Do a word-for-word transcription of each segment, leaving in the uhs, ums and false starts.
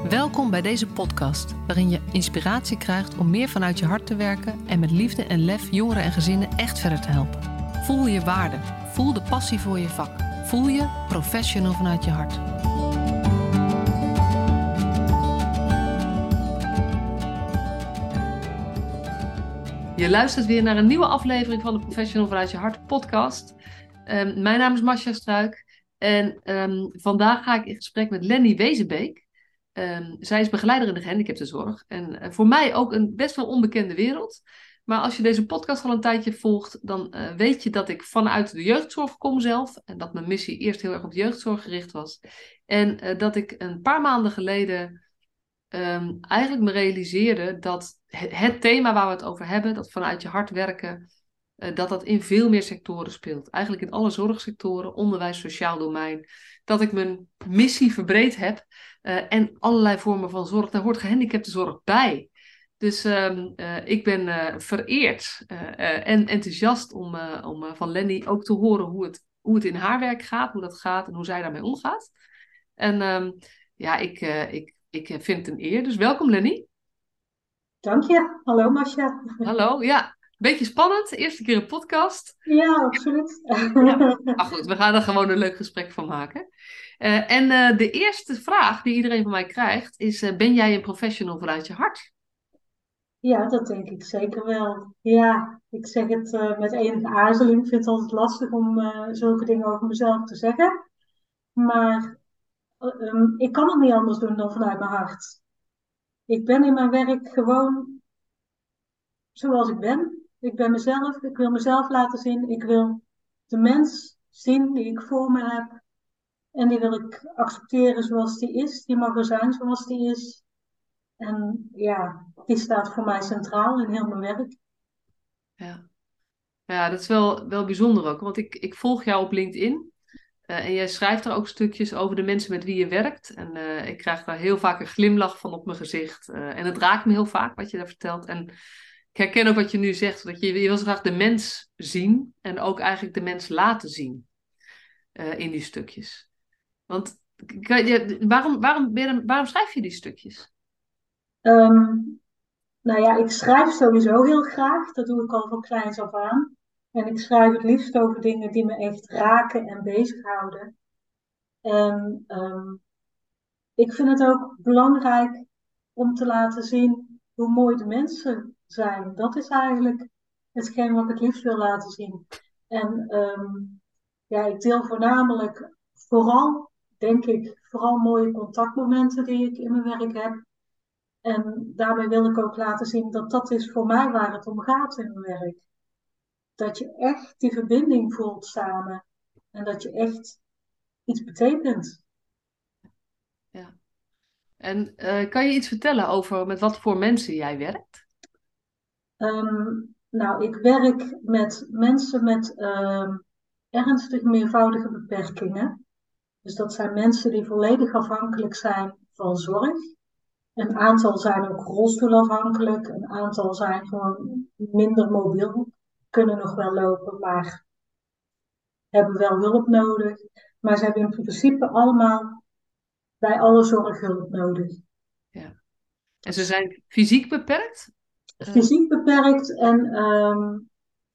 Welkom bij deze podcast, waarin je inspiratie krijgt om meer vanuit je hart te werken en met liefde en lef jongeren en gezinnen echt verder te helpen. Voel je waarde, voel de passie voor je vak, voel je professional vanuit je hart. Je luistert weer naar een nieuwe aflevering van de Professional vanuit je hart podcast. Um, mijn naam is Masha Struik en um, vandaag ga ik in gesprek met Lenny Wezenbeek. Um, zij is begeleider in de gehandicaptenzorg en uh, voor mij ook een best wel onbekende wereld. Maar als je deze podcast al een tijdje volgt, dan uh, weet je dat ik vanuit de jeugdzorg kom zelf. En dat mijn missie eerst heel erg op de jeugdzorg gericht was. En uh, dat ik een paar maanden geleden um, eigenlijk me realiseerde dat het, het thema waar we het over hebben, dat vanuit je hart werken, uh, dat dat in veel meer sectoren speelt. Eigenlijk in alle zorgsectoren, onderwijs, sociaal domein. Dat ik mijn missie verbreed heb uh, en allerlei vormen van zorg. Daar hoort gehandicaptenzorg bij. Dus um, uh, ik ben uh, vereerd uh, uh, en enthousiast om, uh, om uh, van Lenny ook te horen hoe het, hoe het in haar werk gaat, hoe dat gaat en hoe zij daarmee omgaat. En um, ja, ik, uh, ik, ik vind het een eer. Dus welkom Lenny. Dank je. Hallo Masha. Hallo, ja. Beetje spannend. Eerste keer een podcast. Ja, absoluut. Ja. Maar goed, we gaan er gewoon een leuk gesprek van maken. Uh, en uh, de eerste vraag die iedereen van mij krijgt is, uh, ben jij een professional vanuit je hart? Ja, dat denk ik zeker wel. Ja, ik zeg het uh, met enige aarzeling. Ik vind het altijd lastig om uh, zulke dingen over mezelf te zeggen. Maar uh, um, ik kan het niet anders doen dan vanuit mijn hart. Ik ben in mijn werk gewoon zoals ik ben. Ik ben mezelf. Ik wil mezelf laten zien. Ik wil de mens zien die ik voor me heb. En die wil ik accepteren zoals die is. Die mag er zijn zoals die is. En ja, die staat voor mij centraal in heel mijn werk. Ja, ja dat is wel, wel bijzonder ook, want ik, ik volg jou op LinkedIn. Uh, en jij schrijft er ook stukjes over de mensen met wie je werkt. En uh, ik krijg daar heel vaak een glimlach van op mijn gezicht. Uh, en het raakt me heel vaak wat je daar vertelt. En ik herken ook wat je nu zegt. Dat je, je wil zo graag de mens zien. En ook eigenlijk de mens laten zien. Uh, in die stukjes. Want kan je, waarom, waarom, ben je, waarom schrijf je die stukjes? Um, nou ja, ik schrijf sowieso heel graag. Dat doe ik al van kleins af aan. En ik schrijf het liefst over dingen die me echt raken en bezighouden. En um, ik vind het ook belangrijk om te laten zien hoe mooi de mensen zijn. Dat is eigenlijk hetgeen wat ik het liefst wil laten zien. En um, ja, ik deel voornamelijk vooral, denk ik, vooral mooie contactmomenten die ik in mijn werk heb. En daarmee wil ik ook laten zien dat dat is voor mij waar het om gaat in mijn werk. Dat je echt die verbinding voelt samen. En dat je echt iets betekent. Ja. En uh, kan je iets vertellen over met wat voor mensen jij werkt? Um, nou, ik werk met mensen met um, ernstig meervoudige beperkingen. Dus dat zijn mensen die volledig afhankelijk zijn van zorg. Een aantal zijn ook rolstoelafhankelijk. Een aantal zijn gewoon minder mobiel. Kunnen nog wel lopen, maar hebben wel hulp nodig. Maar ze hebben in principe allemaal bij alle zorg hulp nodig. Ja. En ze zijn fysiek beperkt? Uh, Fysiek beperkt en um,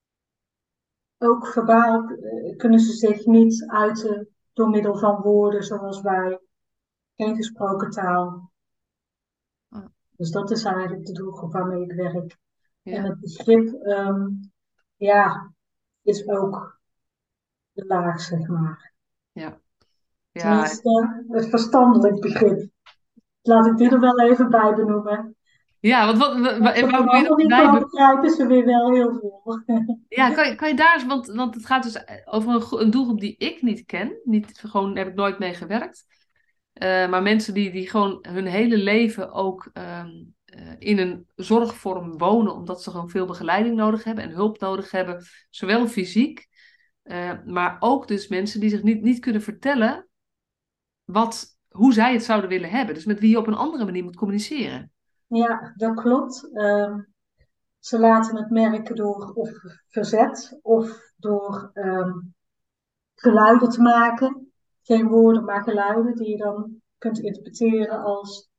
ook verbaal uh, kunnen ze zich niet uiten door middel van woorden zoals wij. Geen gesproken taal. oh, Dus dat is eigenlijk de doelgroep waarmee ik werk. En ja. het begrip, um, ja, is ook de laag, zeg maar. Ja. Ja. Tenminste, het verstandelijk begrip. Laat ik dit er wel even bij benoemen. Ja, want wat, wat, Wat wat- ze waarom van doe je allemaal dat niet bij? kan begrijpen, is er weer wel heel veel. Ja, kan je, kan je daar eens, want, want het gaat dus over een, gro- een doelgroep die ik niet ken. Niet, gewoon, daar heb ik nooit mee gewerkt. Uh, maar mensen die, die gewoon hun hele leven ook um, uh, in een zorgvorm wonen, omdat ze gewoon veel begeleiding nodig hebben en hulp nodig hebben, zowel fysiek, uh, maar ook dus mensen die zich niet, niet kunnen vertellen wat, hoe zij het zouden willen hebben. Dus met wie je op een andere manier moet communiceren. Ja, dat klopt. Um, ze laten het merken door of verzet of door um, geluiden te maken. Geen woorden, maar geluiden die je dan kunt interpreteren als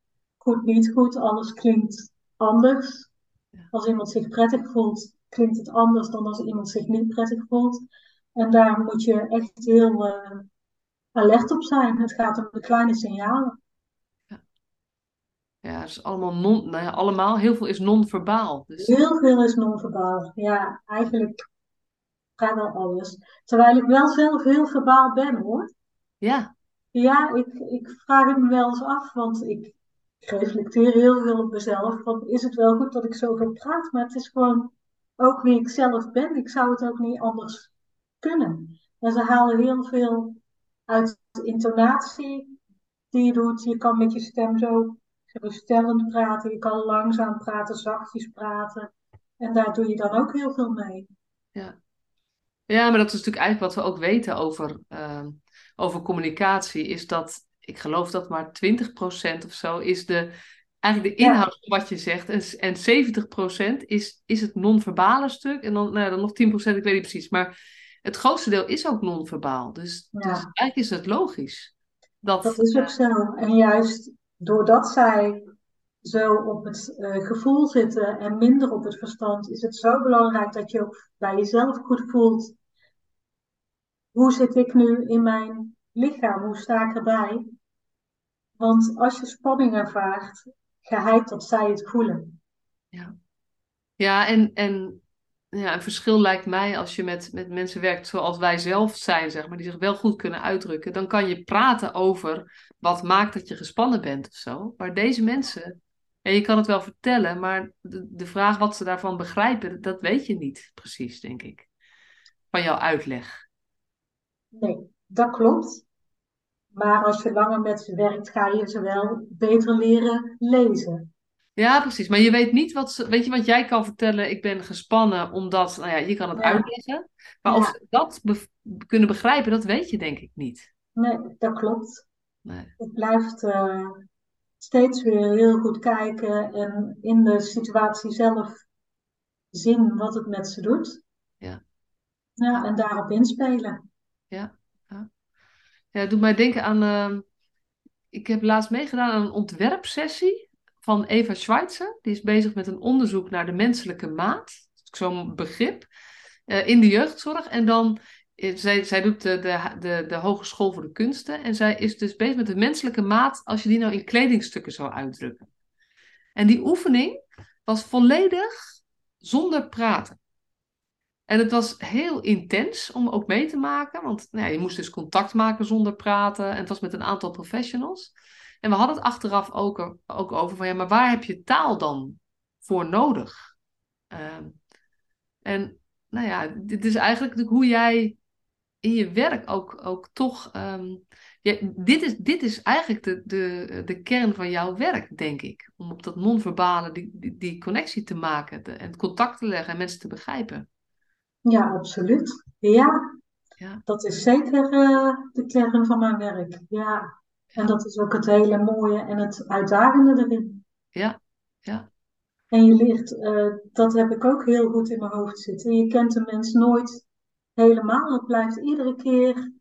goed, niet goed. Alles klinkt anders. Ja. Als iemand zich prettig voelt, klinkt het anders dan als iemand zich niet prettig voelt. En daar moet je echt heel uh, alert op zijn. Het gaat om de kleine signalen. Ja, ja, het is allemaal non, nou ja, allemaal, heel veel is non-verbaal. Dus Heel veel is non-verbaal. Ja, eigenlijk vrijwel alles. Terwijl ik wel zelf heel verbaal ben, hoor. ja, Ja, ik, ik vraag het me wel eens af, want ik reflecteer heel veel op mezelf. Van, is het wel goed dat ik zoveel praat? Maar het is gewoon ook wie ik zelf ben. Ik zou het ook niet anders kunnen. En ze halen heel veel uit de intonatie die je doet. Je kan met je stem zo geruststellend praten. Je kan langzaam praten, zachtjes praten. En daar doe je dan ook heel veel mee. ja. Ja, maar dat is natuurlijk eigenlijk wat we ook weten over, ehm, over communicatie, is dat, ik geloof dat maar twintig procent of zo is de, eigenlijk de Ja, inhoud van wat je zegt. En, en zeventig procent is, is het non-verbale stuk. En dan, nou, ja, dan nog tien procent, ik weet niet precies. Maar het grootste deel is ook non-verbaal. Dus, dus ja. eigenlijk is het logisch Dat dat, is ook zo. En juist doordat zij zo op het eh, gevoel zitten en minder op het verstand, is het zo belangrijk dat je ook bij jezelf goed voelt. Hoe zit ik nu in mijn lichaam? Hoe sta ik erbij? Want als je spanning ervaart, geheid dat zij het voelen. ja. Ja, en, en ja, een verschil lijkt mij als je met, met mensen werkt zoals wij zelf zijn, zeg maar, die zich wel goed kunnen uitdrukken, dan kan je praten over wat maakt dat je gespannen bent of zo. Maar deze mensen, ja, je kan het wel vertellen, maar de, de vraag wat ze daarvan begrijpen, dat weet je niet precies, denk ik, van jouw uitleg. Nee, dat klopt. Maar als je langer met ze werkt, ga je ze wel beter leren lezen. Ja, precies. Maar je weet niet wat ze. Weet je, want jij kan vertellen, ik ben gespannen omdat, nou ja, je kan het Ja, uitleggen. Maar of ja, ze dat be- kunnen begrijpen, dat weet je denk ik niet. nee, dat klopt. Nee. Het blijft eh, steeds weer heel goed kijken en in de situatie zelf zien wat het met ze doet. Ja. Ja, Ja. en daarop inspelen. Ja. Ja. Ja, het doet mij denken aan. ehm, ik heb laatst meegedaan aan een ontwerpsessie van Eva Schweitzer. Die is bezig met een onderzoek naar de menselijke maat. Dat is zo'n begrip. eh, in de jeugdzorg. En dan. eh, Zij, zij doet de, de, de, de Hogeschool voor de Kunsten. En zij is dus bezig met de menselijke maat. Als je die nou in kledingstukken zou uitdrukken. En die oefening was volledig zonder praten. En het was heel intens om ook mee te maken, want nou ja, je moest dus contact maken zonder praten. En het was met een aantal professionals. En we hadden het achteraf ook, ook over van ja, maar waar heb je taal dan voor nodig? Ehm, en nou ja, dit is eigenlijk hoe jij in je werk ook, ook toch. ehm, ja, dit is, dit is eigenlijk de, de, de kern van jouw werk, denk ik. Om op dat non-verbale die, die, die connectie te maken de- en contact te leggen en mensen te begrijpen. Ja, absoluut. Ja, Ja, dat is zeker eh, de kern van mijn werk. Ja, en ja, dat is ook het hele mooie en het uitdagende erin. ja, ja. En je leert, eh, dat heb ik ook heel goed in mijn hoofd zitten. Je kent de mens nooit helemaal. Het blijft iedere keer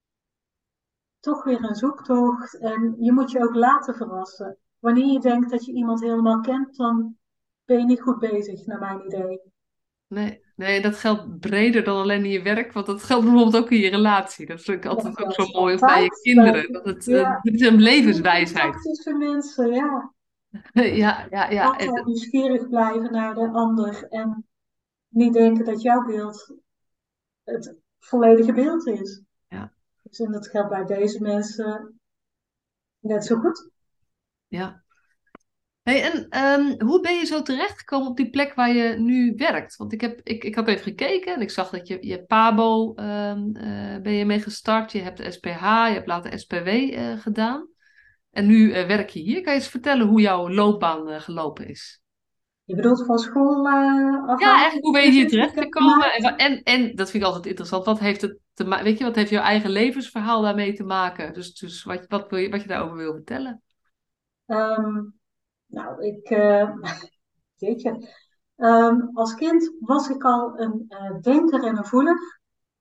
toch weer een zoektocht. En je moet je ook laten verrassen. Wanneer je denkt dat je iemand helemaal kent, dan ben je niet goed bezig, naar mijn idee. Nee, nee, dat geldt breder dan alleen in je werk, want dat geldt bijvoorbeeld ook in je relatie. Dat vind ik Dat altijd ook zo geldt mooi, of bij je altijd. Bij, kinderen. Dat het, eh, ja, het is een als je in levenswijsheid. contact is met mensen, ja. Ja, ja, ja. Altijd En, nieuwsgierig blijven naar de ander. En niet denken dat jouw beeld het volledige beeld is. ja, Dus en dat geldt bij deze mensen net zo ja, goed. ja. Hey, en ehm, hoe ben je zo terechtgekomen op die plek waar je nu werkt? Want ik, heb, ik, ik had even gekeken en ik zag dat je, je Pabo ehm, eh, ben je mee gestart. Je hebt de S P H, je hebt later S P W eh, gedaan. En nu eh, werk je hier. Kan je eens vertellen hoe jouw loopbaan eh, gelopen is? Je bedoelt van school uh, af Ja, aan eigenlijk hoe de ben je hier keuzes die ik heb terechtgekomen? En, gemaakt. wa- en, en dat vind ik altijd interessant. Wat heeft het te ma- weet je, wat heeft jouw eigen levensverhaal daarmee te maken? Dus, dus wat, wat, wil je, wat je daarover wil vertellen? Ehm, nou, ik, uh, weet je, Ehm, als kind was ik al een eh, denker en een voeler.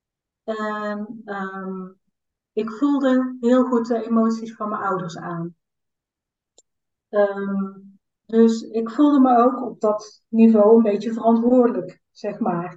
En ehm, ik voelde heel goed de emoties van mijn ouders aan. Um, dus ik voelde me ook op dat niveau een beetje verantwoordelijk, zeg maar.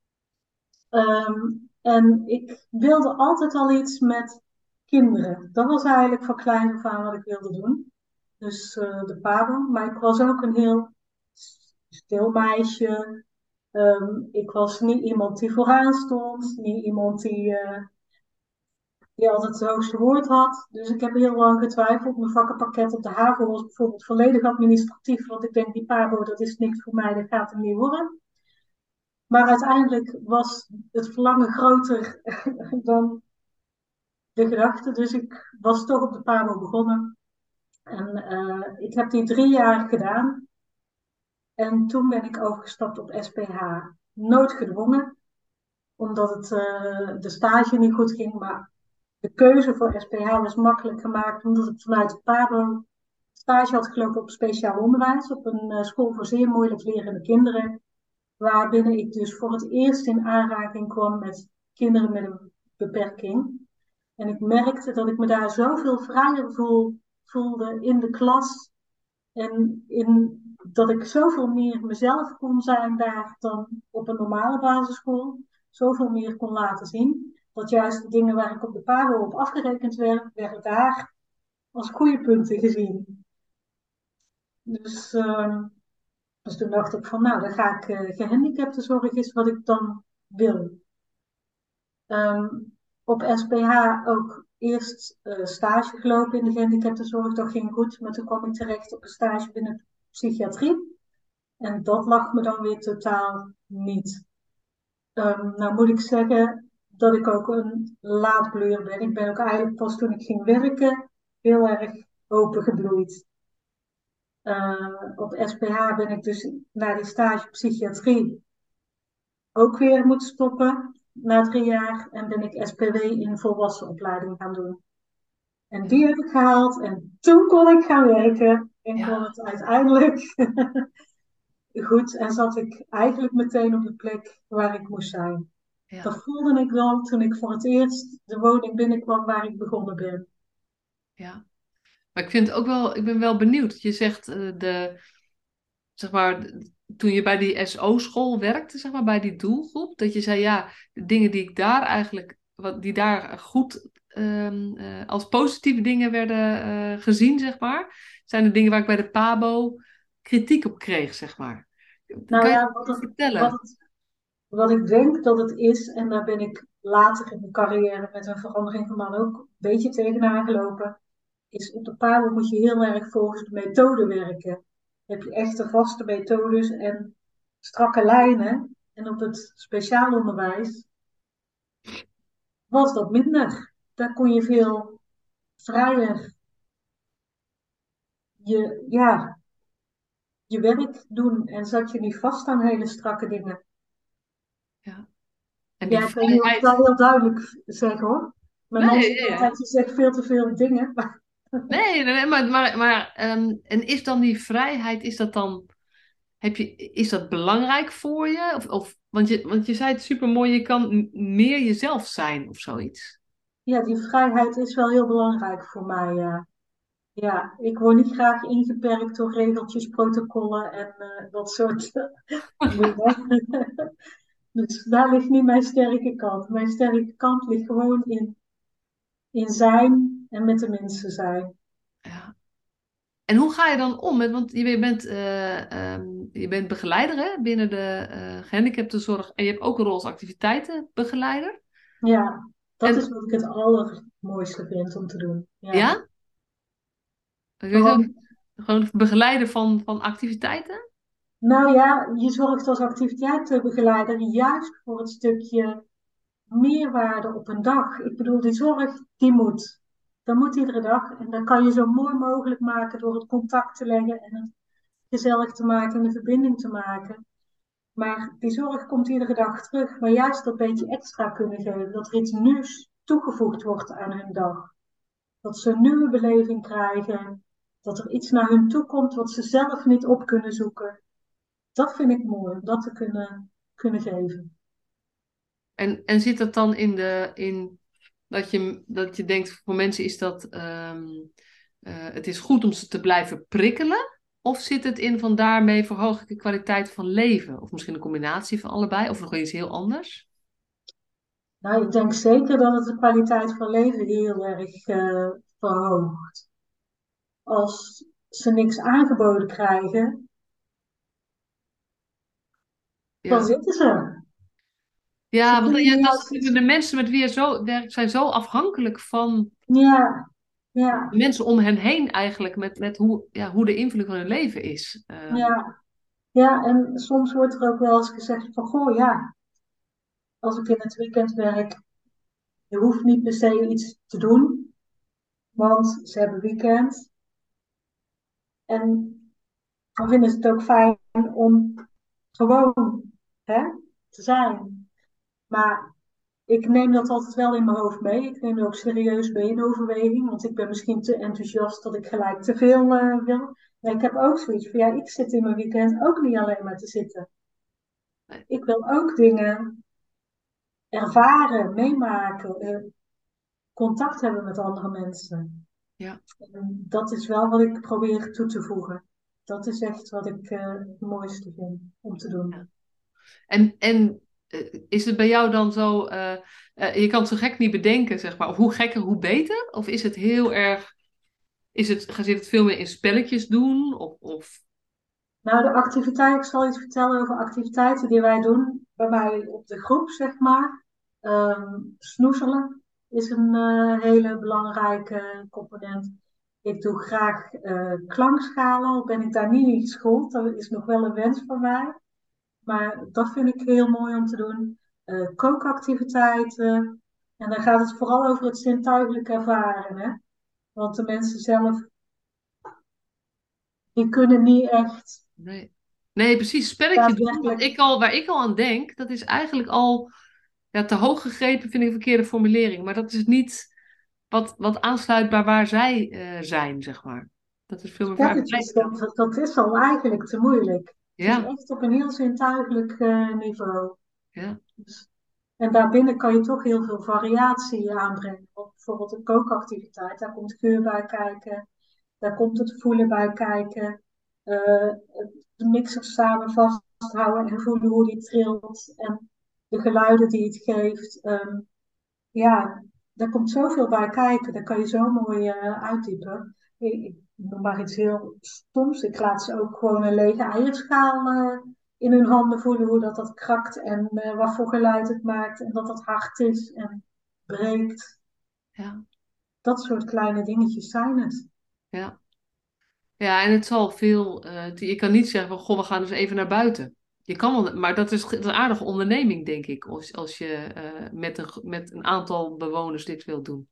Um, en ik wilde altijd al iets met kinderen. Dat was eigenlijk van klein af aan wat ik wilde doen. Dus uh, de pabo. Maar ik was ook een heel stil meisje. Um, ik was niet iemand die vooraan stond. Niet iemand die, uh, die altijd het hoogste woord had. Dus ik heb heel lang getwijfeld. Mijn vakkenpakket op de HAVO was bijvoorbeeld volledig administratief. Want ik denk, die pabo, dat is niks voor mij. Dat gaat hem niet worden. Maar uiteindelijk was het verlangen groter dan de gedachte. Dus ik was toch op de pabo begonnen. En uh, ik heb die drie jaar gedaan. En toen ben ik overgestapt op S P H. Noodgedwongen, omdat het, uh, de stage niet goed ging. Maar de keuze voor S P H was makkelijk gemaakt, omdat ik vanuit de pabo stage had gelopen op speciaal onderwijs. Op een uh, school voor zeer moeilijk lerende kinderen. Waarbinnen ik dus voor het eerst in aanraking kwam met kinderen met een beperking. En ik merkte dat ik me daar zoveel vrijer voel, voelde in de klas. En in, dat ik zoveel meer mezelf kon zijn daar dan op een normale basisschool. Zoveel meer kon laten zien. Dat juist de dingen waar ik op de pabo op afgerekend werd, werden daar als goede punten gezien. Dus... Uh, Dus toen dacht ik van, nou, dan ga ik uh, gehandicaptenzorg is wat ik dan wil. Um, op S P H ook eerst uh, stage gelopen in de gehandicaptenzorg. Dat ging goed, maar toen kwam ik terecht op een stage binnen psychiatrie. En dat lag me dan weer totaal niet. Um, nou moet ik zeggen dat ik ook een laadbloeier ben. Ik ben ook eigenlijk pas toen ik ging werken heel erg opengebloeid. Uh, op S P H ben ik dus na die stage psychiatrie ook weer moeten stoppen na drie jaar. En ben ik S P W in volwassenopleiding gaan doen. En die heb ik gehaald en toen kon ik gaan werken. En kon Ja. het uiteindelijk goed. En zat ik eigenlijk meteen op de plek waar ik moest zijn. Ja. Dat voelde ik dan toen ik voor het eerst de woning binnenkwam waar ik begonnen ben. Ja. Maar ik vind het ook wel, ik ben wel benieuwd. Je zegt uh, de, zeg maar, d- toen je bij die S O-school werkte, zeg maar, bij die doelgroep, dat je zei, ja, de dingen die ik daar eigenlijk, wat die daar goed um, uh, als positieve dingen werden uh, gezien, zeg maar, zijn de dingen waar ik bij de Pabo kritiek op kreeg, zeg maar. Nou Kan je ja, dat wat, eens het, wat, vertellen? het, wat ik denk dat het is, en daar ben ik later in mijn carrière met een verandering van man ook een beetje tegenaan gelopen, is op de pabo moet je heel erg volgens de methode werken. Dan heb je echte vaste methodes en strakke lijnen. En op het speciaal onderwijs was dat minder. Daar kon je veel vrijer je, ja, je werk doen en zat je niet vast aan hele strakke dingen. Ja. En die Ja, ik weet niet of ik dat vrijheid. heel duidelijk zeg hoor. Mijn man Nee, zegt ja, ja. altijd, je zegt veel te veel dingen. Maar Nee, nee, nee, maar, maar, maar ehm, en is dan die vrijheid, is dat dan, heb je, is dat belangrijk voor je? Of, of, want je, want je zei het supermooi, je kan m- meer jezelf zijn of zoiets. ja, die vrijheid is wel heel belangrijk voor mij. Ja. Ja, ik word niet graag ingeperkt door regeltjes, protocollen en uh, dat soort dingen. Dus daar ligt niet mijn sterke kant. Mijn sterke kant ligt gewoon in, in zijn en met de mensen zijn. Ja. En hoe ga je dan om met, want je bent, eh, ehm, je bent begeleider hè, binnen de eh gehandicaptenzorg en je hebt ook een rol als activiteitenbegeleider. Ja, dat is En wat ik het allermooiste vind om te doen. Ja, ja, kun je zo, gewoon, gewoon begeleiden van, van activiteiten? nou ja, je zorgt als activiteitenbegeleider juist voor het stukje meerwaarde op een dag. Ik bedoel, die zorg, die moet. Dat moet iedere dag. En dat kan je zo mooi mogelijk maken door het contact te leggen en het gezellig te maken en de verbinding te maken. Maar die zorg komt iedere dag terug. Maar juist dat beetje extra kunnen geven. Dat er iets nieuws toegevoegd wordt aan hun dag. Dat ze een nieuwe beleving krijgen. Dat er iets naar hun toe komt wat ze zelf niet op kunnen zoeken. Dat vind ik mooi, om dat te kunnen, kunnen geven. En, en zit dat dan in de, in dat je, dat je denkt, voor mensen is dat, ehm, uh, het is goed om ze te blijven prikkelen? Of zit het in van daarmee verhoog ik de kwaliteit van leven? Of misschien een combinatie van allebei? Of nog iets heel anders? Nou, ik denk zeker dat het de kwaliteit van leven heel erg uh, verhoogt. Als ze niks aangeboden krijgen, dan Ja. zitten ze. Ze Ja, want kunnen ja, niet dat is als natuurlijk iets. de mensen met wie je zo werkt, zijn zo afhankelijk van Ja, de ja, mensen om hen heen eigenlijk, met, met hoe, ja, hoe de invulling van hun leven is. Ehm, ja. Ja, en soms wordt er ook wel eens gezegd van, goh, ja, als ik in het weekend werk, je hoeft niet per se iets te doen, want ze hebben weekend. En dan vinden ze het ook fijn om gewoon hè, te zijn. Maar ik neem dat altijd wel in mijn hoofd mee. Ik neem het ook serieus mee in overweging, want ik ben misschien te enthousiast dat ik gelijk te veel uh, wil. Maar ik heb ook zoiets van, ja, ik zit in mijn weekend ook niet alleen maar te zitten. Ik wil ook dingen ervaren, meemaken, uh, contact hebben met andere mensen. ja. En dat is wel wat ik probeer toe te voegen. Dat is echt wat ik uh, het mooiste vind om te Ja. doen. En, en eh, is het bij jou dan zo, eh, eh, je kan het zo gek niet bedenken, zeg maar. Of hoe gekker, hoe beter? Of is het heel erg, is het, ga je het veel meer in spelletjes doen? Of, of... Nou, de activiteit, ik zal iets vertellen over activiteiten die wij doen bij mij op de groep, zeg maar. Um, snoezelen is een uh, hele belangrijke component. Ik doe graag uh, klankschalen, al ben ik daar niet in geschoold. Dat is nog wel een wens van mij. Maar dat vind ik heel mooi om te doen. Uh, kookactiviteiten. En dan gaat het vooral over het zintuigelijk ervaren. Hè? Want de mensen zelf, die kunnen niet echt Nee. Nee, precies. Spelletje doen. Wat daadwerkelijk. ik al, waar ik al aan denk, dat is eigenlijk al ja, te hoog gegrepen, vind ik een verkeerde formulering. Maar dat is niet wat, wat aansluit bij waar zij eh, zijn, zeg maar. Dat is veel meer waar wij Spelletjes, staan. dat, dat is al eigenlijk te moeilijk. Het is Ja, echt op een heel zintuigelijk eh, niveau. ja, Dus, en daarbinnen kan je toch heel veel variatie aanbrengen. Want bijvoorbeeld een kookactiviteit, daar komt geur bij kijken, daar komt het voelen bij kijken. eh, de mixer samen vasthouden en voelen hoe die trilt en de geluiden die het geeft. Ehm, ja, daar komt zoveel bij kijken. Daar kan je zo mooi uh, uitdiepen. Ik, ik noem maar iets heel stoms. Ik laat ze ook gewoon een lege eierschaal uh, in hun handen voelen hoe dat, dat krakt en uh, wat voor geluid het maakt en dat dat hard is en breekt. ja, Dat soort kleine dingetjes zijn het. ja. Ja, en het zal veel. eh, je kan niet zeggen van, goh, we gaan dus even naar buiten. Je kan wel, maar dat is een aardige onderneming, denk ik, als, als je eh, met een, met een aantal bewoners dit wilt doen.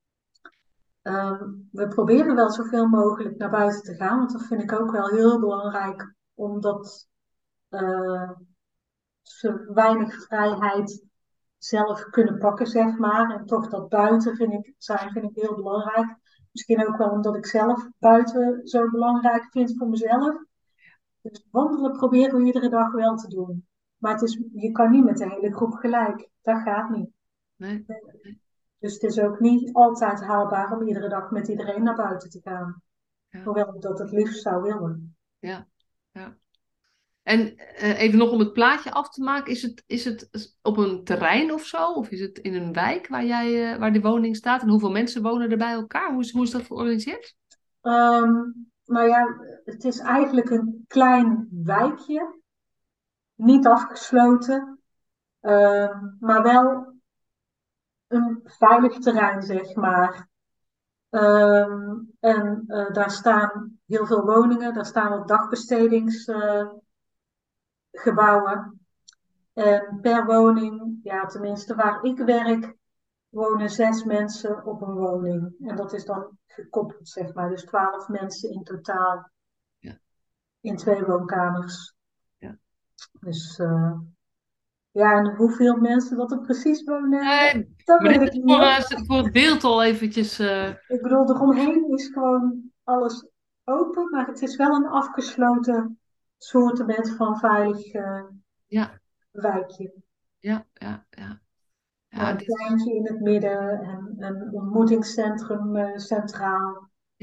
Um, we proberen wel zoveel mogelijk naar buiten te gaan, want dat vind ik ook wel heel belangrijk, omdat uh, ze weinig vrijheid zelf kunnen pakken, zeg maar. En toch dat buiten vind ik, zijn vind ik heel belangrijk. Misschien ook wel omdat ik zelf buiten zo belangrijk vind voor mezelf. Dus wandelen proberen we iedere dag wel te doen. Maar het is, je kan niet met de hele groep gelijk. Dat gaat niet. Nee? Nee. Dus het is ook niet altijd haalbaar om iedere dag met iedereen naar buiten te gaan. Ja, Hoewel ik dat het liefst zou willen. ja, ja. En eh, even nog om het plaatje af te maken, is het, is het op een terrein of zo? Of is het in een wijk waar, jij, eh, waar die woning staat? En hoeveel mensen wonen er bij elkaar? Hoe is, hoe is dat georganiseerd? Um, nou ja, het is eigenlijk een klein wijkje. Niet afgesloten. Um, maar wel een veilig terrein, zeg maar. Um, en uh, daar staan heel veel woningen, daar staan wat dagbestedingsgebouwen. En per woning, ja, tenminste waar ik werk, wonen zes mensen op een woning. En dat is dan gekoppeld, zeg maar. Dus twaalf mensen in totaal Ja, in twee woonkamers. ja. Dus uh, ja, en hoeveel mensen dat er precies wonen, Nee, dat maar weet dit ik is niet voor, hoor. eh, voor het beeld al eventjes. eh, Ik bedoel, eromheen is gewoon alles open, maar het is wel een afgesloten soortement van veilig uh, ja, wijkje. ja, ja, ja. Met Ja, een dit is, pleintje in het midden en een ontmoetingscentrum uh, centraal. ja.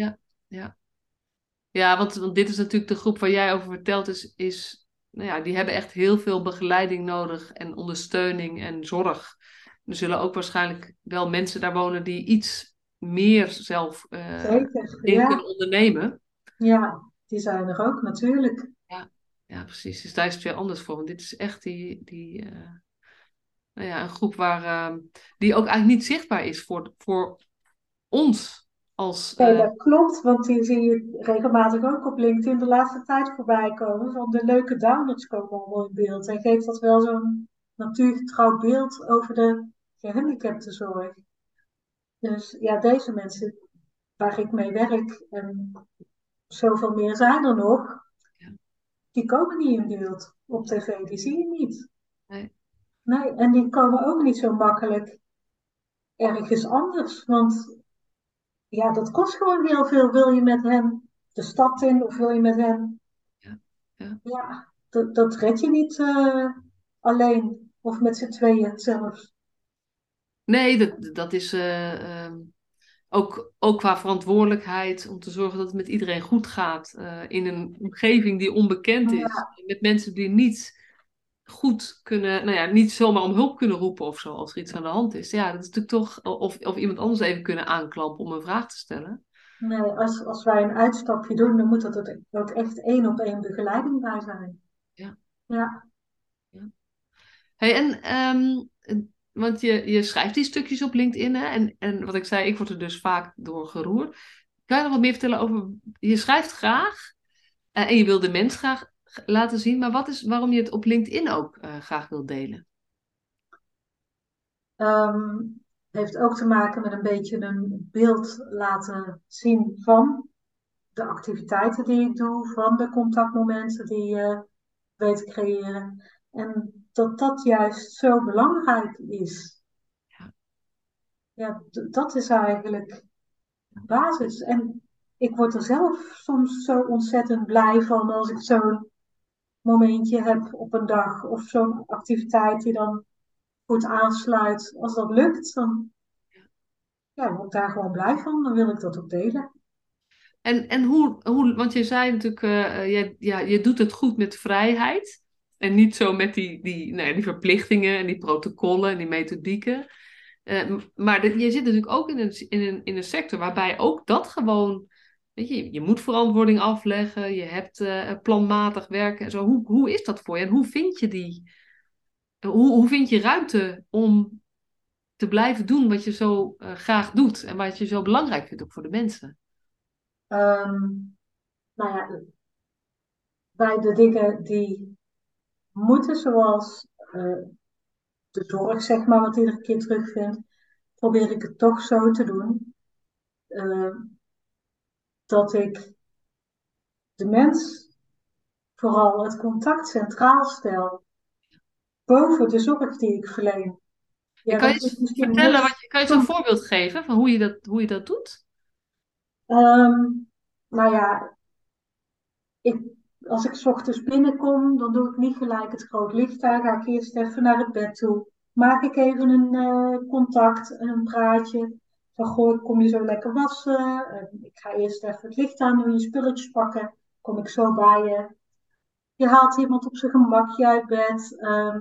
ja. Ja, want, want dit is natuurlijk de groep waar jij over vertelt, is, is, nou ja, die hebben echt heel veel begeleiding nodig en ondersteuning en zorg. Er zullen ook waarschijnlijk wel mensen daar wonen die iets meer zelf eh Zeker, dingen ja. kunnen ondernemen. Ja, die zijn er ook natuurlijk. Ja, ja, precies. Dus daar is het weer anders voor. Want dit is echt die, die, eh, nou ja, een groep waar, eh, die ook eigenlijk niet zichtbaar is voor, voor ons als... Nee, eh, dat klopt, want die zie je regelmatig ook op LinkedIn de laatste tijd voorbij komen. Van de leuke downloads komen allemaal in beeld. En geeft dat wel zo'n natuurgetrouw beeld over de gehandicaptenzorg. Dus ja, deze mensen waar ik mee werk, en zoveel meer zijn er nog, ja, die komen niet in beeld op tv. Die zie je niet. nee, Nee, en die komen ook niet zo makkelijk ergens anders. Want ja, dat kost gewoon heel veel. Wil je met hen de stad in of wil je met hen... ja, ja. Ja, dat, dat red je niet eh, alleen of met z'n tweeën zelfs. Nee, dat, dat is eh, ehm, ook, ook qua verantwoordelijkheid om te zorgen dat het met iedereen goed gaat. eh, in een omgeving die onbekend is. Ja, Met mensen die niet goed kunnen, nou ja, niet zomaar om hulp kunnen roepen of zo als er iets aan de hand is. Ja, dat is natuurlijk toch, of, of iemand anders even kunnen aanklampen om een vraag te stellen. nee, als, als wij een uitstapje doen, dan moet dat ook ook echt één op één begeleiding bij zijn. Ja, Ja, ja. Hey, en, ehm, want je, je schrijft die stukjes op LinkedIn, hè? En, en wat ik zei, ik word er dus vaak door geroerd. Kan je nog wat meer vertellen over, je schrijft graag eh, en je wil de mens graag g- laten zien, maar wat is waarom je het op LinkedIn ook eh, graag wilt delen? ehm, heeft ook te maken met een beetje een beeld laten zien van de activiteiten die ik doe, van de contactmomenten die je weet te creëren. En dat dat juist zo belangrijk is. Ja, Ja, d- dat is eigenlijk basis. En ik word er zelf soms zo ontzettend blij van als ik zo'n momentje heb op een dag of zo'n activiteit die dan goed aansluit. Als dat lukt, dan ja, word ik daar gewoon blij van. Dan wil ik dat ook delen. En, en hoe, hoe, want je zei natuurlijk, eh, eh, je, ja, je doet het goed met vrijheid. En niet zo met die, die, nou ja, die verplichtingen en die protocollen en die methodieken. Eh, m- maar dit- je zit natuurlijk ook in een, in een, in een sector waarbij ook dat gewoon, weet je, je moet verantwoording afleggen, je hebt eh, planmatig werken en zo. Hoe, hoe is dat voor je? En hoe vind je die, hoe, hoe vind je ruimte om te blijven doen wat je zo eh, graag doet en wat je zo belangrijk vindt ook voor de mensen? Ehm, nou ja, bij de dingen die moeten, zoals eh, de zorg, zeg maar, wat iedere keer terugvindt, probeer ik het toch zo te doen eh, dat ik de mens vooral het contact centraal stel, boven de zorg die ik verleen. En Ja, kan je dat is eens misschien heel vertellen, wat je, kan je eens een stom. voorbeeld geven van hoe je dat, hoe je dat doet? Ehm, nou ja, ik, als ik 's ochtends binnenkom, dan doe ik niet gelijk het groot licht aan. Ga ik eerst even naar het bed toe. Maak ik even een eh, contact, een praatje. Van goh, ik kom je zo lekker wassen. En ik ga eerst even het licht aan doen, je spulletjes pakken. Kom ik zo bij je. Je haalt iemand op zijn gemakje uit bed. ehm,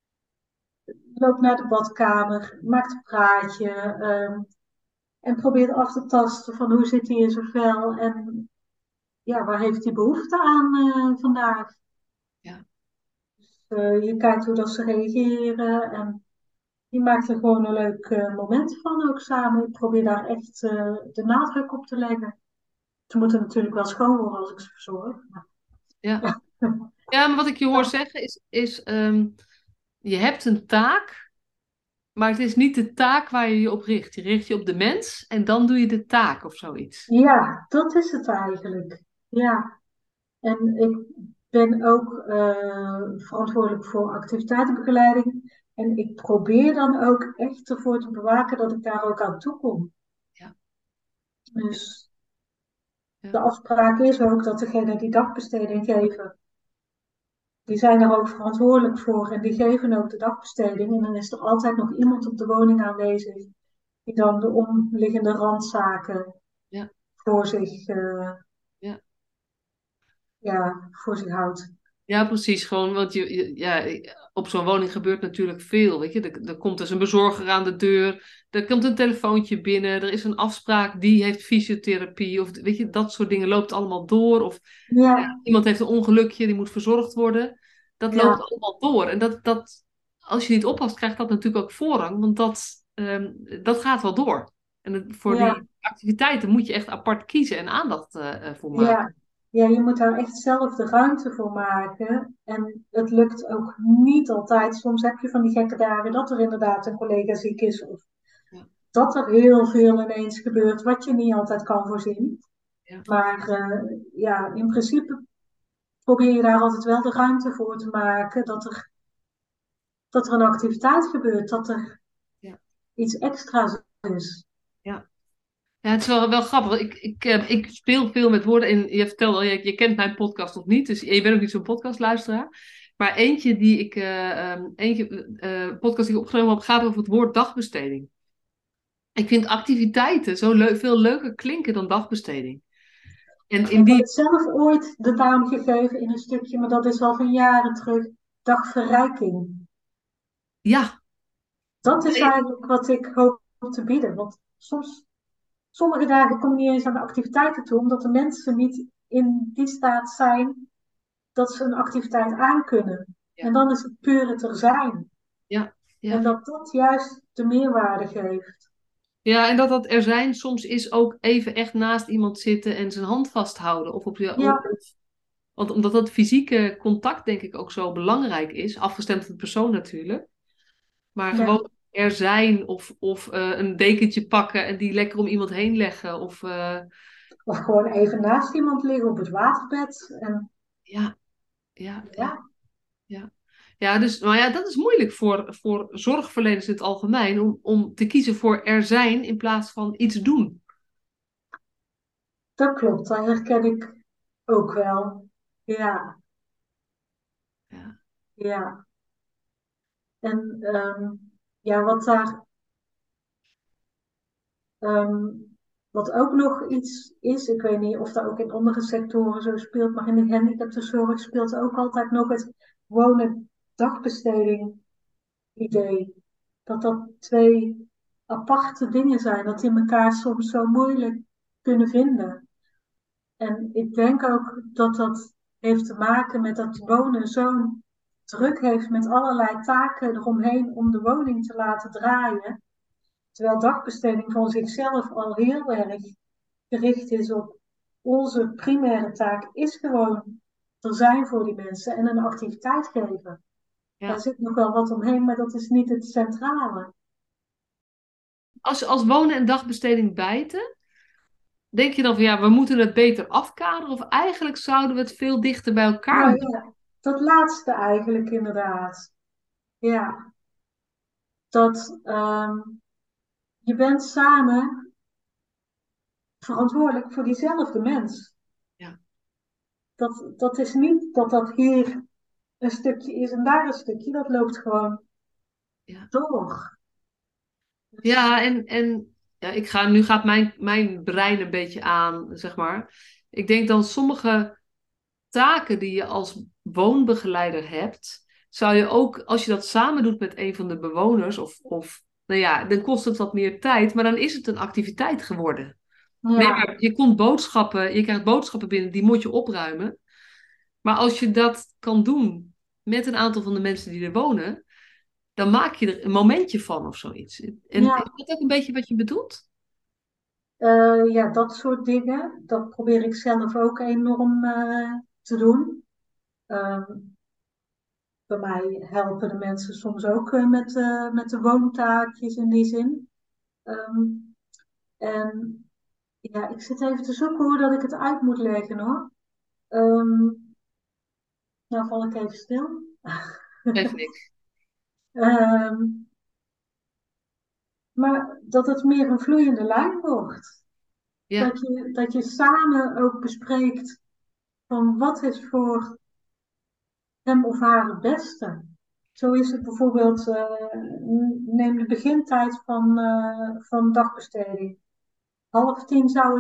loopt naar de badkamer. Maakt een praatje. ehm, en probeert af te tasten van hoe zit hij in zijn vel. En ja, waar heeft hij behoefte aan eh, vandaag? Ja, Eh, je kijkt hoe dat ze reageren en je maakt er gewoon een leuk eh, moment van ook samen. Ik probeer daar echt eh, de nadruk op te leggen. Ze moeten natuurlijk wel schoon worden als ik ze verzorg. Maar, ja. ja. Ja, maar wat ik je hoor zeggen is, is ehm, je hebt een taak, maar het is niet de taak waar je je op richt. Je richt je op de mens en dan doe je de taak of zoiets. Ja, dat is het eigenlijk. Ja, en ik ben ook eh, verantwoordelijk voor activiteitenbegeleiding. En ik probeer dan ook echt ervoor te bewaken dat ik daar ook aan toe kom. Ja, ja, Dus de ja, afspraak is ook dat degene die dagbesteding geven, die zijn er ook verantwoordelijk voor en die geven ook de dagbesteding. En dan is er altijd nog iemand op de woning aanwezig die dan de omliggende randzaken ja. voor zich, uh, Ja. ja, voor zich houdt. Ja, precies. Gewoon, want je, je- ja, op zo'n woning gebeurt natuurlijk veel. Weet je, er, er komt dus een bezorger aan de deur, er komt een telefoontje binnen, er is een afspraak, die heeft fysiotherapie, of weet je, dat soort dingen loopt allemaal door. Of Ja, iemand heeft een ongelukje, die moet verzorgd worden. Dat loopt ja, allemaal door. En dat, dat, als je niet oppast, krijgt dat natuurlijk ook voorrang, want dat, ehm, dat gaat wel door. En het- voor ja, die activiteiten moet je echt apart kiezen en aandacht eh, eh, voor maken. ja. Ja, je moet daar echt zelf de ruimte voor maken. En het lukt ook niet altijd. Soms heb je van die gekke dagen dat er inderdaad een collega ziek is. Of Ja, dat er heel veel ineens gebeurt, wat je niet altijd kan voorzien. ja, Maar uh, ja, in principe probeer je daar altijd wel de ruimte voor te maken. Dat er, dat er een activiteit gebeurt. Dat er ja, iets extra's is. ja. Ja, het is wel, wel grappig. Ik, ik, eh, ik speel veel met woorden. En je vertelde al, je, je kent mijn podcast nog niet. Dus je bent ook niet zo'n podcastluisteraar. Maar eentje die ik, eh, ehm, eentje, eh, podcast die ik opgenomen heb, gaat over het woord dagbesteding. Ik vind activiteiten zo leu- veel leuker klinken dan dagbesteding. En in Ik heb die, het zelf ooit de naam gegeven in een stukje, maar dat is al van jaren terug. Dagverrijking. ja, Dat is eigenlijk wat ik hoop te bieden. Want soms, sommige dagen kom je niet eens aan de activiteiten toe, omdat de mensen niet in die staat zijn dat ze een activiteit aankunnen. ja, En dan is het puur het er zijn. ja, ja. En dat dat juist de meerwaarde geeft. Ja, en dat dat er zijn soms is ook even echt naast iemand zitten en zijn hand vasthouden. Of op je, of, Ja, want omdat dat fysieke contact denk ik ook zo belangrijk is, afgestemd op de persoon natuurlijk. Maar ja. gewoon er zijn of, of eh, een dekentje pakken en die lekker om iemand heen leggen. Of eh, Of gewoon even naast iemand liggen op het waterbed. En ja, ja, ja, ja, ja. Ja, dus, maar ja, dat is moeilijk voor, voor zorgverleners in het algemeen om, om te kiezen voor er zijn in plaats van iets doen. dat klopt. Dat herken ik ook wel. Ja, Ja, ja. En ehm, ja, wat daar, ehm, wat ook nog iets is, ik weet niet of dat ook in andere sectoren zo speelt, maar in de gehandicaptenzorg speelt ook altijd nog het wonen dagbesteding idee. Dat dat twee aparte dingen zijn, dat die elkaar soms zo moeilijk kunnen vinden. En ik denk ook dat dat heeft te maken met dat wonen zo'n druk heeft met allerlei taken eromheen om de woning te laten draaien. Terwijl dagbesteding van zichzelf al heel erg gericht is op onze primaire taak, is gewoon er zijn voor die mensen en een activiteit geven. Daar ja. zit nog wel wat omheen, maar dat is niet het centrale. Als, als wonen en dagbesteding bijten, denk je dan van ja, we moeten het beter afkaderen of eigenlijk zouden we het veel dichter bij elkaar Nou moeten? ja, dat laatste eigenlijk inderdaad. Ja, dat um, je bent samen verantwoordelijk voor diezelfde mens. Ja, Dat, dat is niet dat dat hier een stukje is en daar een stukje. Dat loopt gewoon ja. door. Dus, Ja, en, en ja, ik ga, nu gaat mijn, mijn brein een beetje aan, zeg maar. Ik denk dan sommige taken die je als woonbegeleider hebt, zou je ook, als je dat samen doet met een van de bewoners, of, of nou ja, dan kost het wat meer tijd, maar dan is het een activiteit geworden. Nee, ja, maar je komt boodschappen, je krijgt boodschappen binnen, die moet je opruimen. Maar als je dat kan doen met een aantal van de mensen die er wonen, dan maak je er een momentje van of zoiets. En is ja, dat ook een beetje wat je bedoelt? uh, ja, dat soort dingen. Dat probeer ik zelf ook enorm uh, te doen. Um, bij mij helpen de mensen soms ook uh, met, uh, met de woontaakjes in die zin. Um, en ja, ik zit even te zoeken hoe dat ik het uit moet leggen hoor. Um, nou val ik even stil. Even niks. um, maar dat het meer een vloeiende lijn wordt. Ja, Dat je, dat je samen ook bespreekt van wat is voor hem of haar het beste. Zo is het bijvoorbeeld, uh, neem de begintijd van, uh, van dagbesteding. Half tien zou het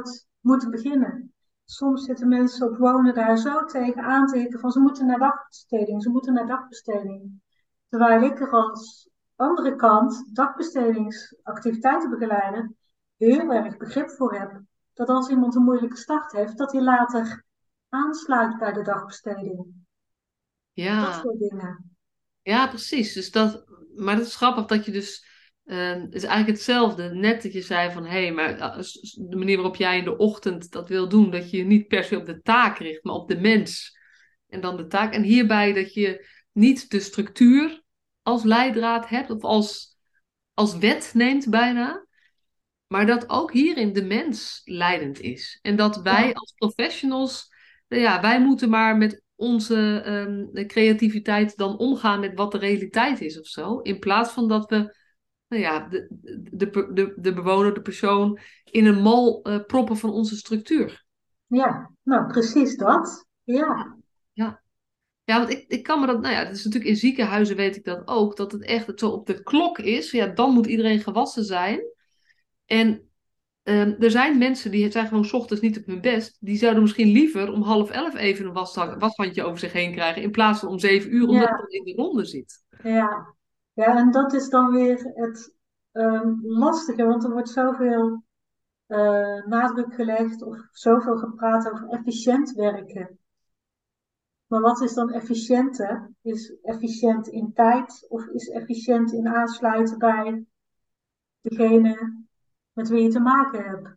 moeten beginnen. Soms zitten mensen op wonen daar zo tegen aan te hikken van ze moeten naar dagbesteding, ze moeten naar dagbesteding. Terwijl ik er als andere kant, dagbestedingsactiviteitenbegeleider, heel erg begrip voor heb. Dat als iemand een moeilijke start heeft, dat hij later aansluit bij de dagbesteding. Dat Ja, soort dingen. ja, precies. Dus dat, maar het is grappig dat je dus, eh, het is eigenlijk hetzelfde. Net dat je zei van, hé, hey, maar als- de manier waarop jij in de ochtend dat wil doen, dat je je niet per se op de taak richt, maar op de mens. En dan de taak. En hierbij dat je niet de structuur als leidraad hebt of als, als wet neemt bijna, maar dat ook hierin de mens leidend is. En dat wij Ja, als professionals, nou ja, wij moeten maar met onze ehm, creativiteit dan omgaan met wat de realiteit is of zo. In plaats van dat we, nou ja, de, de, de, de bewoner, de persoon in een mal eh, proppen van onze structuur. ja, nou precies dat. Ja, Ja, ja. Ja, want ik, ik kan me dat, nou ja, dat is natuurlijk in ziekenhuizen weet ik dat ook, dat het echt zo op de klok is. Ja, dan moet iedereen gewassen zijn. En Ehm, er zijn mensen die zijn gewoon 's ochtends niet op hun best. Die zouden misschien liever om half elf even een washa- washandje over zich heen krijgen. In plaats van om zeven uur, omdat het ja, dan in de ronde zit. ja. Ja, en dat is dan weer het ehm, lastige, want er wordt zoveel eh, nadruk gelegd of zoveel gepraat over efficiënt werken. Maar wat is dan efficiënte? Is efficiënt in tijd of is efficiënt in aansluiten bij degene met wie je te maken hebt?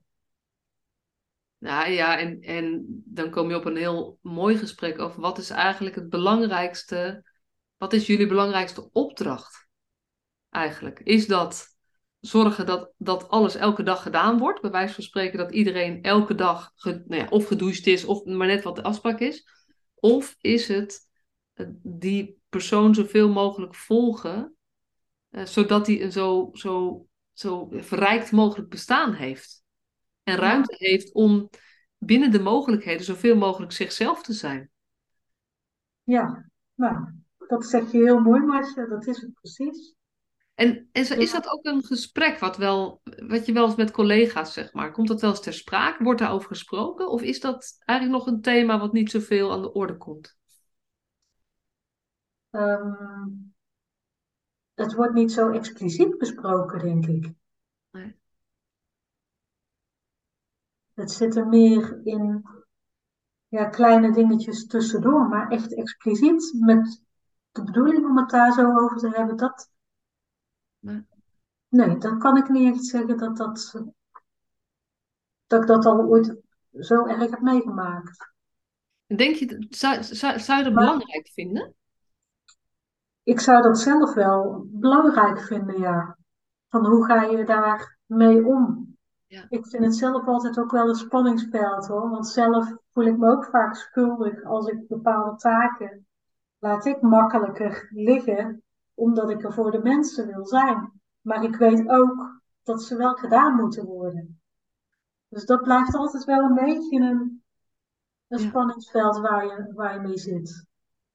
Nou ja, en, en dan kom je op een heel mooi gesprek over wat is eigenlijk het belangrijkste. Wat is jullie belangrijkste opdracht eigenlijk? Is dat zorgen dat, dat alles elke dag gedaan wordt? Bij wijze van spreken dat iedereen elke dag ge- nou ja, of gedoucht is of maar net wat de afspraak is? Of is het eh, die persoon zoveel mogelijk volgen, eh, zodat hij een zo, zo, zo verrijkt mogelijk bestaan heeft? En Ja, ruimte heeft om binnen de mogelijkheden zoveel mogelijk zichzelf te zijn. ja. Nou, dat zeg je heel mooi, Marcia, dat is het precies. En, en zo- is Ja. dat ook een gesprek wat, wel, wat je wel eens met collega's, zeg maar, komt dat wel eens ter sprake? Wordt daarover gesproken? Of is dat eigenlijk nog een thema wat niet zoveel aan de orde komt? Ehm, het wordt niet zo expliciet besproken, denk ik. Nee. Het zit er meer in ja, kleine dingetjes tussendoor, maar echt expliciet met de bedoeling om het daar zo over te hebben, dat, Nee. nee, dan kan ik niet echt zeggen dat, dat, dat ik dat al ooit zo erg heb meegemaakt. Denk je, zou, zou, zou je dat Maar belangrijk vinden? ik zou dat zelf wel belangrijk vinden, ja. Van hoe ga je daar mee om? Ja. Ik vind het zelf altijd ook wel een spanningsveld hoor, want zelf voel ik me ook vaak schuldig als ik bepaalde taken laat ik makkelijker liggen, omdat ik er voor de mensen wil zijn. Maar ik weet ook dat ze wel gedaan moeten worden. Dus dat blijft altijd wel een beetje een, een Ja. spanningsveld waar je, waar je mee zit.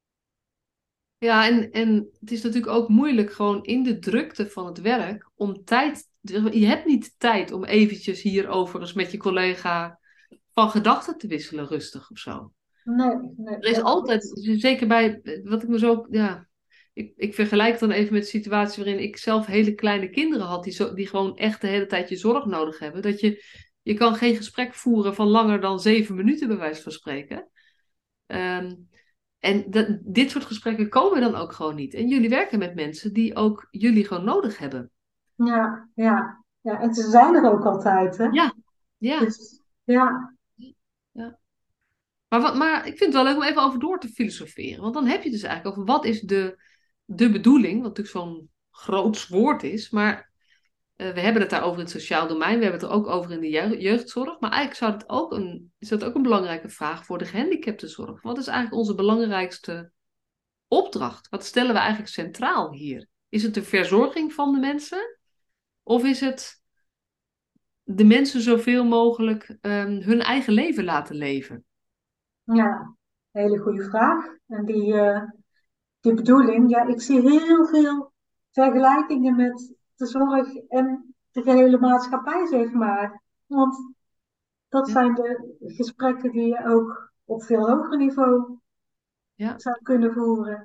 Ja, en, en het is natuurlijk ook moeilijk gewoon in de drukte van het werk om tijd. Je hebt niet tijd om eventjes hierover eens met je collega van gedachten te wisselen, rustig of zo. Nee, nee, Er is dat altijd, klopt. zeker bij wat ik me zo, ja, ik, ik vergelijk het dan even met de situatie waarin ik zelf hele kleine kinderen had, die, zo, die gewoon echt de hele tijd je zorg nodig hebben. Dat je, je kan geen gesprek voeren van langer dan zeven minuten, bij wijze van spreken. Ehm, en dat, dit soort gesprekken komen dan ook gewoon niet. En jullie werken met mensen die ook jullie gewoon nodig hebben. Ja, ja, ja. En ze zijn er ook altijd, hè? Ja, ja, Dus ja, ja. Maar, wat, maar ik vind het wel leuk om even over door te filosoferen. Want dan heb je dus eigenlijk over wat is de, de bedoeling, wat natuurlijk zo'n groots woord is. Maar eh, we hebben het daar over in het sociaal domein. We hebben het er ook over in de jeugd- jeugdzorg. Maar eigenlijk zou het ook een, is dat ook een belangrijke vraag voor de gehandicaptenzorg. Wat is eigenlijk onze belangrijkste opdracht? Wat stellen we eigenlijk centraal hier? Is het de verzorging van de mensen? Of is het de mensen zoveel mogelijk ehm, hun eigen leven laten leven? ja, hele goede vraag. En die, eh, die bedoeling, ja, ik zie heel veel vergelijkingen met de zorg en de gehele maatschappij, zeg maar. Want Dat Ja, zijn de gesprekken die je ook op veel hoger niveau ja. zou kunnen voeren.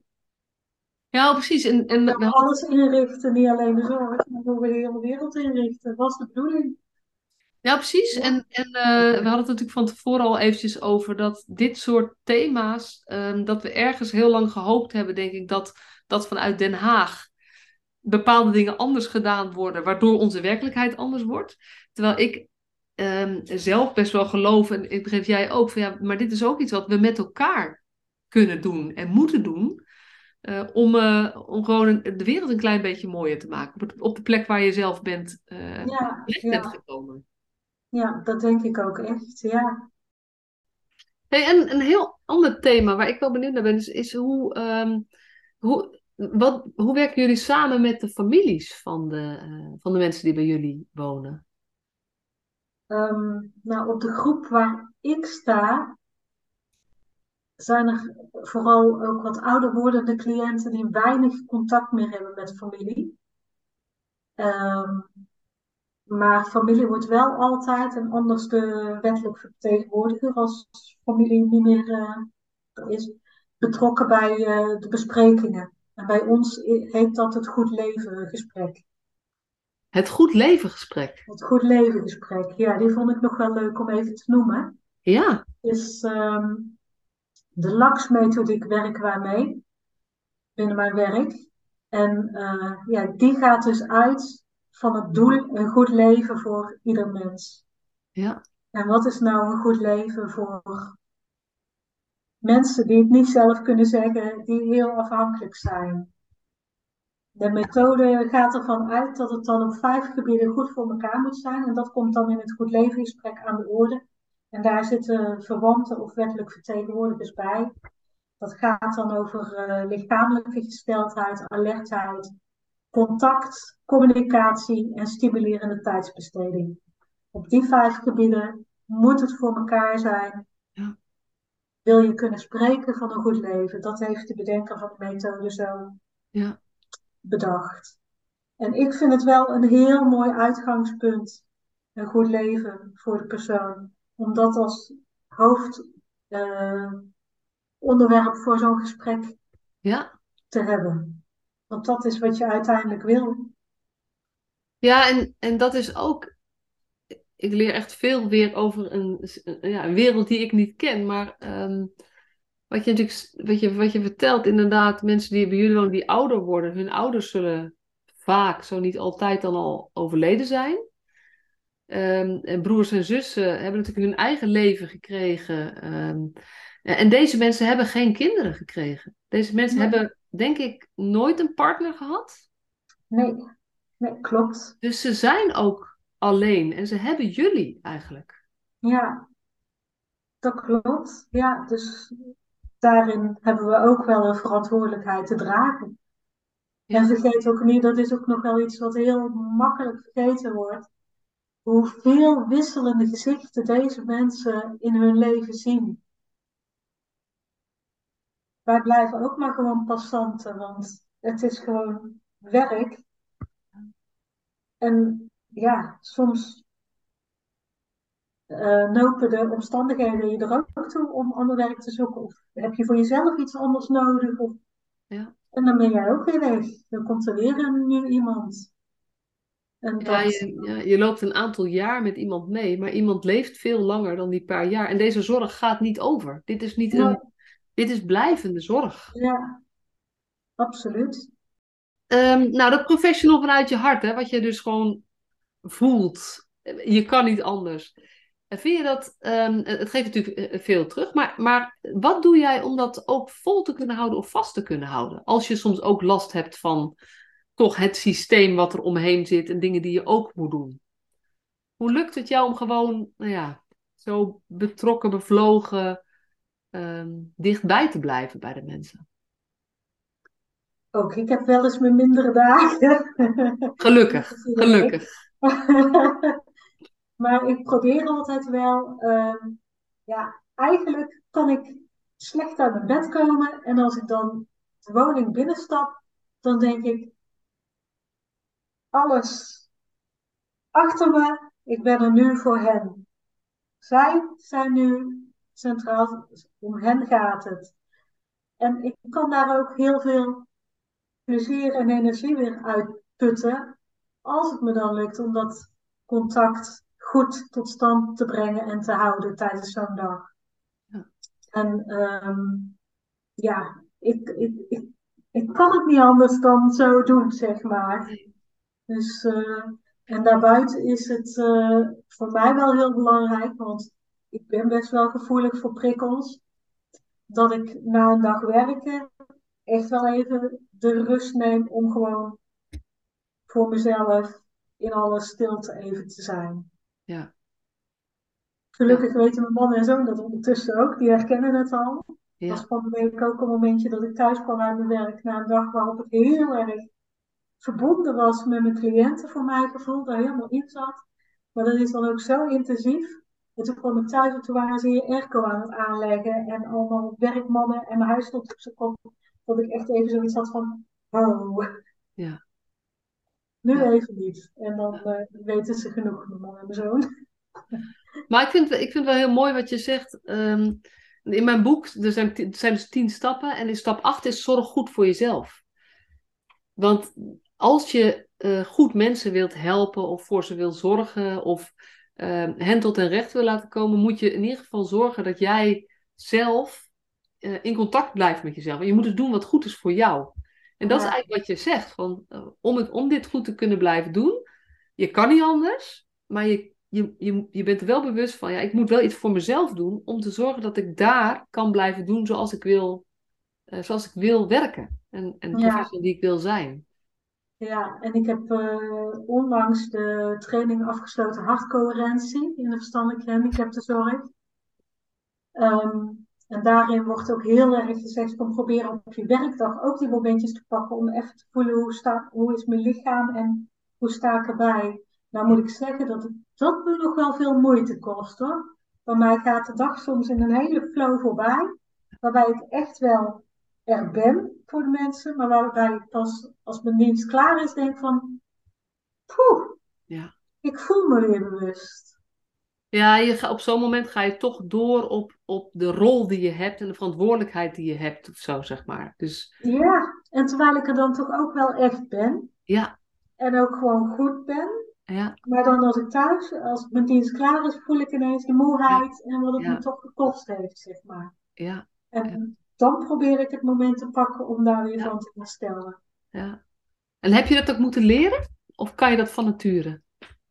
Ja, precies. En, en we We hadden alles inrichten, niet alleen de zorg, maar hoe we de hele wereld inrichten. Dat is de bedoeling. Ja, precies. Ja, En, en eh, we hadden het natuurlijk van tevoren al eventjes over dat dit soort thema's, ehm, dat we ergens heel lang gehoopt hebben, denk ik, dat, dat vanuit Den Haag bepaalde dingen anders gedaan worden, waardoor onze werkelijkheid anders wordt. Terwijl ik ehm, zelf best wel geloof, en ik begreep jij ook, van ja, maar dit is ook iets wat we met elkaar kunnen doen en moeten doen. eh, om, eh, om gewoon een- de wereld een klein beetje mooier te maken. Op, het- op de plek waar je zelf bent, eh, ja, terecht bent ja, gekomen. ja, dat denk ik ook echt. Ja. Hey, en een heel ander thema waar ik wel benieuwd naar ben, is, is hoe, ehm, hoe, wat, hoe werken jullie samen met de families van de, eh, van de mensen die bij jullie wonen? Ehm, nou, op de groep waar ik sta, zijn er vooral ook wat ouder wordende cliënten die weinig contact meer hebben met familie. Ehm, maar familie wordt wel altijd en anders de wettelijk vertegenwoordiger als familie niet meer eh, er is betrokken bij eh, de besprekingen. En bij ons i- heet dat het goed leven gesprek. Het goed leven gesprek. Het goed leven gesprek, ja, die vond ik nog wel leuk om even te noemen. Ja, Is ehm, de LAX-methodiek werken wij mee binnen mijn werk. En eh, ja, die gaat dus uit van het doel een goed leven voor ieder mens. ja, En wat is nou een goed leven voor mensen die het niet zelf kunnen zeggen, die heel afhankelijk zijn? De methode gaat ervan uit dat het dan op vijf gebieden goed voor elkaar moet zijn. En dat komt dan in het goed levengesprek aan de orde. En daar zitten verwanten of wettelijk vertegenwoordigers bij. Dat gaat dan over uh, lichamelijke gesteldheid, alertheid, contact, communicatie en stimulerende tijdsbesteding. Op die vijf gebieden moet het voor elkaar zijn. ja, Wil je kunnen spreken van een goed leven? Dat heeft de bedenker van de methode zo ja, bedacht. En ik vind het wel een heel mooi uitgangspunt, een goed leven voor de persoon. Om dat als hoofdonderwerp uh, voor zo'n gesprek ja. te hebben. Want dat is wat je uiteindelijk wil. Ja, en, en dat is ook, ik leer echt veel weer over een, ja, een wereld die ik niet ken, maar ehm, wat je natuurlijk, wat je, wat je vertelt, inderdaad, mensen die bij jullie wonen, die ouder worden, hun ouders zullen vaak, zo niet altijd, dan al overleden zijn. Ehm, en broers en zussen hebben natuurlijk hun eigen leven gekregen. Ehm, en deze mensen hebben geen kinderen gekregen. Deze mensen Nee, hebben, denk ik, nooit een partner gehad. nee, nee, klopt. Dus ze zijn ook alleen en ze hebben jullie eigenlijk. Ja, dat klopt. Ja, dus daarin hebben we ook wel een verantwoordelijkheid te dragen. En Ja, vergeet ook niet, dat is ook nog wel iets wat heel makkelijk vergeten wordt. Hoeveel wisselende gezichten deze mensen in hun leven zien. Wij blijven ook maar gewoon passanten, want het is gewoon werk. En ja, soms uh, nopen de omstandigheden je er ook toe om ander werk te zoeken. Of heb je voor jezelf iets anders nodig? Of... ja. En dan ben jij ook weer weg. Dan komt er weer een nieuw iemand. En Ja, dat, je, ja, je loopt een aantal jaar met iemand mee, maar iemand leeft veel langer dan die paar jaar. En deze zorg gaat niet over. Dit is niet nou, een, dit is blijvende zorg. ja, absoluut. Ehm, nou, dat professional vanuit je hart, hè, wat je dus gewoon voelt. Je kan niet anders. En vind je dat, ehm, het geeft natuurlijk eh, veel terug, maar, maar wat doe jij om dat ook vol te kunnen houden of vast te kunnen houden? Als je soms ook last hebt van toch het systeem wat er omheen zit en dingen die je ook moet doen. Hoe lukt het jou om gewoon, nou ja, zo betrokken, bevlogen, ehm, dichtbij te blijven bij de mensen? Ook ik heb wel eens mijn mindere dagen. Gelukkig, Dat is iedereen. gelukkig. Maar ik probeer altijd wel. ehm, ja, eigenlijk kan ik slecht uit mijn bed komen. En als ik dan de woning binnenstap, dan denk ik, alles achter me. Ik ben er nu voor hen. Zij zijn nu centraal, om hen gaat het. En ik kan daar ook heel veel plezier en energie weer uitputten, als het me dan lukt om dat contact goed tot stand te brengen en te houden tijdens zo'n dag. Ja. En um, ja, ik, ik, ik, ik kan het niet anders dan zo doen, zeg maar. Nee. Dus, uh, en daarbuiten is het uh, voor mij wel heel belangrijk, want ik ben best wel gevoelig voor prikkels, dat ik na een dag werken echt wel even de rust neem om gewoon voor mezelf in alle stilte even te zijn. Ja. Ja. Gelukkig weten mijn man en zoon dat ondertussen ook, die herkennen het al. Het was Ja. van de week ook een momentje dat ik thuis kwam uit mijn werk na een dag waarop ik heel erg verbonden was met mijn cliënten, voor mijn gevoel, daar helemaal in zat. Maar dat is dan ook zo intensief. En toen kwam ik thuis en toen waren ze hier airco aan het aanleggen en allemaal werkmannen en mijn huis stond op zijn kop. Dat ik echt even zoiets had van, oh, Ja. nu Ja. even niet. En dan uh, weten ze genoeg, mijn man en mijn zoon. Maar ik vind, ik vind het wel heel mooi wat je zegt. Ehm, in mijn boek er zijn, er zijn dus tien stappen. En in stap acht is zorg goed voor jezelf. Want als je uh, goed mensen wilt helpen of voor ze wil zorgen of uh, hen tot hun recht wil laten komen, moet je in ieder geval zorgen dat jij zelf uh, in contact blijft met jezelf. En je moet dus doen wat goed is voor jou. En dat is Ja, eigenlijk wat je zegt. Van, uh, om, het, om dit goed te kunnen blijven doen, je kan niet anders, maar je, je, je, je bent er wel bewust van, ja, ik moet wel iets voor mezelf doen om te zorgen dat ik daar kan blijven doen zoals ik wil, uh, zoals ik wil werken. En, en de ja, professional die ik wil zijn. ja. En ik heb uh, onlangs de training afgesloten hartcoherentie in de verstandelijke gehandicaptenzorg. Um, en daarin wordt ook heel erg gezegd van proberen op je werkdag ook die momentjes te pakken om even te voelen hoe, sta, hoe is mijn lichaam en hoe sta ik erbij. Nou moet ik zeggen dat het, dat me nog wel veel moeite kost hoor. Bij mij gaat de dag soms in een hele flow voorbij, waarbij ik echt wel er ben voor de mensen, maar waarbij ik pas als mijn dienst klaar is denk van, poeh, Ja. ik voel me weer bewust. Ja, je ga, op zo'n moment ga je toch door op, op de rol die je hebt en de verantwoordelijkheid die je hebt, of zo, zeg maar. Dus Ja, en terwijl ik er dan toch ook wel echt ben. ja, En ook gewoon goed ben. ja, Maar dan als ik thuis, als mijn dienst klaar is, voel ik ineens de ja, moeheid en wat het me ja, toch gekost heeft, zeg maar. ja, ja, En dan probeer ik het moment te pakken om daar weer ja, van te herstellen. ja. En heb je dat ook moeten leren? Of kan je dat van nature?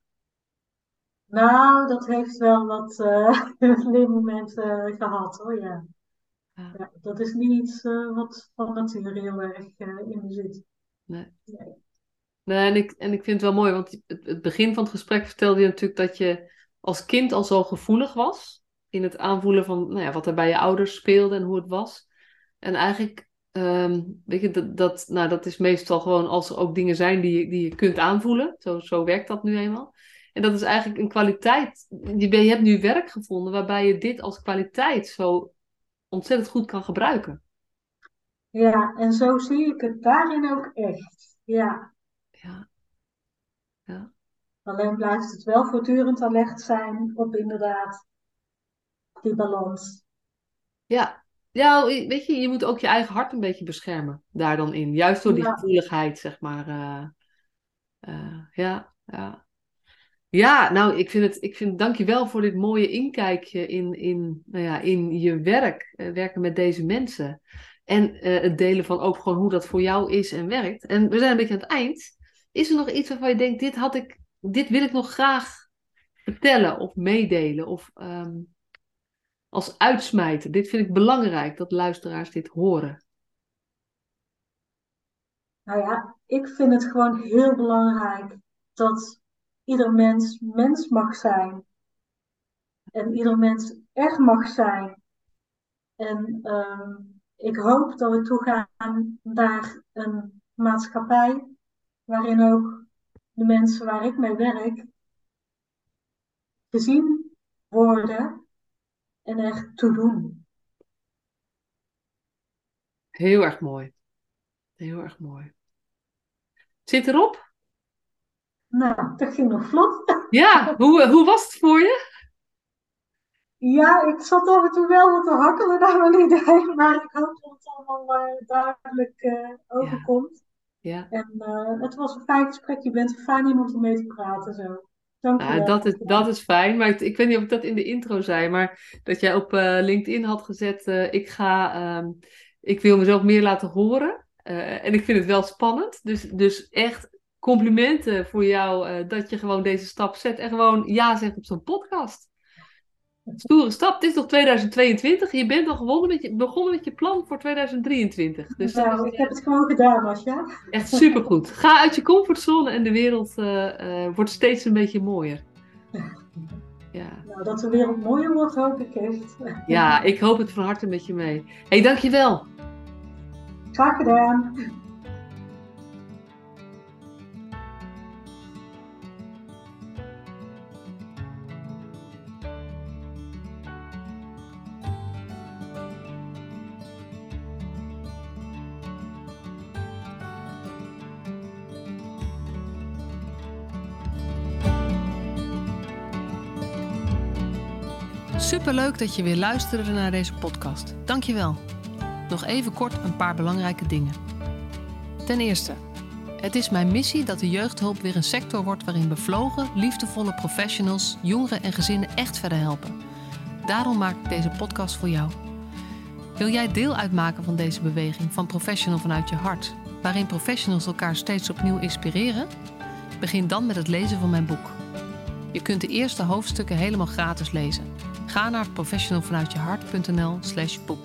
Nou, dat heeft wel wat uh, leermomenten gehad hoor, ja. Ja, Ja, dat is niet iets uh, wat van nature heel erg uh, in me zit. nee. Nee. Nee, en ik, en ik vind het wel mooi, want het, het begin van het gesprek vertelde je natuurlijk dat je als kind al zo gevoelig was in het aanvoelen van nou ja, wat er bij je ouders speelde en hoe het was. En eigenlijk, ehm, weet je, dat, dat, nou, dat is meestal gewoon als er ook dingen zijn die je, die je kunt aanvoelen. Zo, zo werkt dat nu eenmaal. En dat is eigenlijk een kwaliteit. Je, ben- je hebt nu werk gevonden waarbij je dit als kwaliteit zo ontzettend goed kan gebruiken. Ja, en zo zie ik het daarin ook echt. Ja, Ja, ja. alleen blijft het wel voortdurend alert zijn op inderdaad die balans. Ja. Ja, weet je, je moet ook je eigen hart een beetje beschermen daar dan in. Juist door die Ja, gevoeligheid, zeg maar. eh, eh, ja, ja. Ja, nou, ik vind het, ik vind, dank je wel voor dit mooie inkijkje in, in, nou ja, in je werk, eh, werken met deze mensen. En eh, het delen van ook gewoon hoe dat voor jou is en werkt. En we zijn een beetje aan het eind. Is er nog iets waarvan je denkt, dit had ik, dit wil ik nog graag vertellen of meedelen of ehm, als uitsmijter? Dit vind ik belangrijk, dat luisteraars dit horen. nou ja, ik vind het gewoon heel belangrijk dat ieder mens mens mag zijn. En ieder mens echt mag zijn. En um, ik hoop dat we toegaan naar een maatschappij waarin ook de mensen waar ik mee werk gezien worden en er toe doen. Heel erg mooi. Heel erg mooi. Zit erop? Nou, dat ging nog vlot. Ja, hoe, hoe was het voor je? Ja, ik zat af en toe wel wat te hakkelen naar mijn idee, maar ik hoop dat het allemaal eh, duidelijk eh, Ja, overkomt. ja. En eh, het was een fijn gesprek. Je bent een fijn iemand om mee te praten zo. Nou, Dankjewel. dat is, dat is fijn, maar ik, ik weet niet of ik dat in de intro zei, maar dat jij op eh, LinkedIn had gezet, eh, ik ga, ehm, ik wil mezelf meer laten horen. Eh, en ik vind het wel spannend, dus, dus echt complimenten voor jou eh, dat je gewoon deze stap zet en gewoon ja zegt op zo'n podcast. Stoere stap, het is nog tweeduizend tweeëntwintig, je bent al gewonnen met je, begonnen met je plan voor tweeduizend drieëntwintig. Dus dat is Nou, ik heb het gewoon gedaan, Masja. echt supergoed. Ga uit je comfortzone en de wereld eh, eh, wordt steeds een beetje mooier. Ja. Nou, dat de wereld mooier wordt, hoop ik echt. Ja, ik hoop het van harte met je mee. Hé, hey, dankjewel. Graag gedaan. Superleuk dat je weer luisterde naar deze podcast. Dankjewel. Nog even kort een paar belangrijke dingen. Ten eerste, het is mijn missie dat de jeugdhulp weer een sector wordt waarin bevlogen, liefdevolle professionals jongeren en gezinnen echt verder helpen. Daarom maak ik deze podcast voor jou. Wil jij deel uitmaken van deze beweging van Professional vanuit je hart, waarin professionals elkaar steeds opnieuw inspireren? Begin dan met het lezen van mijn boek. Je kunt de eerste hoofdstukken helemaal gratis lezen. Ga naar professionalvanuitjehart.nl slash boek.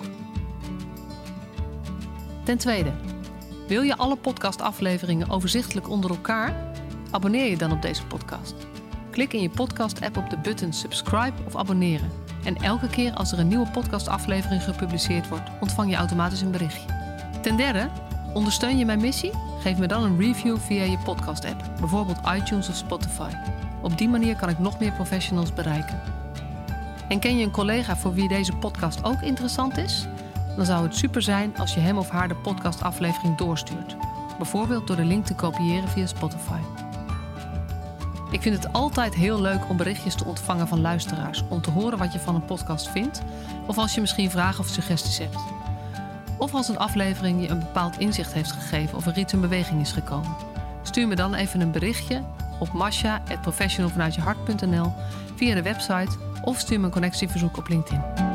Ten tweede, wil je alle podcastafleveringen overzichtelijk onder elkaar? Abonneer je dan op deze podcast. Klik in je podcast-app op de button subscribe of abonneren. En elke keer als er een nieuwe podcastaflevering gepubliceerd wordt, ontvang je automatisch een berichtje. Ten derde, ondersteun je mijn missie? Geef me dan een review via je podcast-app, bijvoorbeeld iTunes of Spotify. Op die manier kan ik nog meer professionals bereiken. En ken je een collega voor wie deze podcast ook interessant is? Dan zou het super zijn als je hem of haar de podcastaflevering doorstuurt. Bijvoorbeeld door de link te kopiëren via Spotify. Ik vind het altijd heel leuk om berichtjes te ontvangen van luisteraars, om te horen wat je van een podcast vindt, of als je misschien vragen of suggesties hebt. Of als een aflevering je een bepaald inzicht heeft gegeven of er iets in beweging is gekomen. Stuur me dan even een berichtje op masja at professionalvanuitjehart punt n l via de website of stuur me een connectieverzoek op LinkedIn.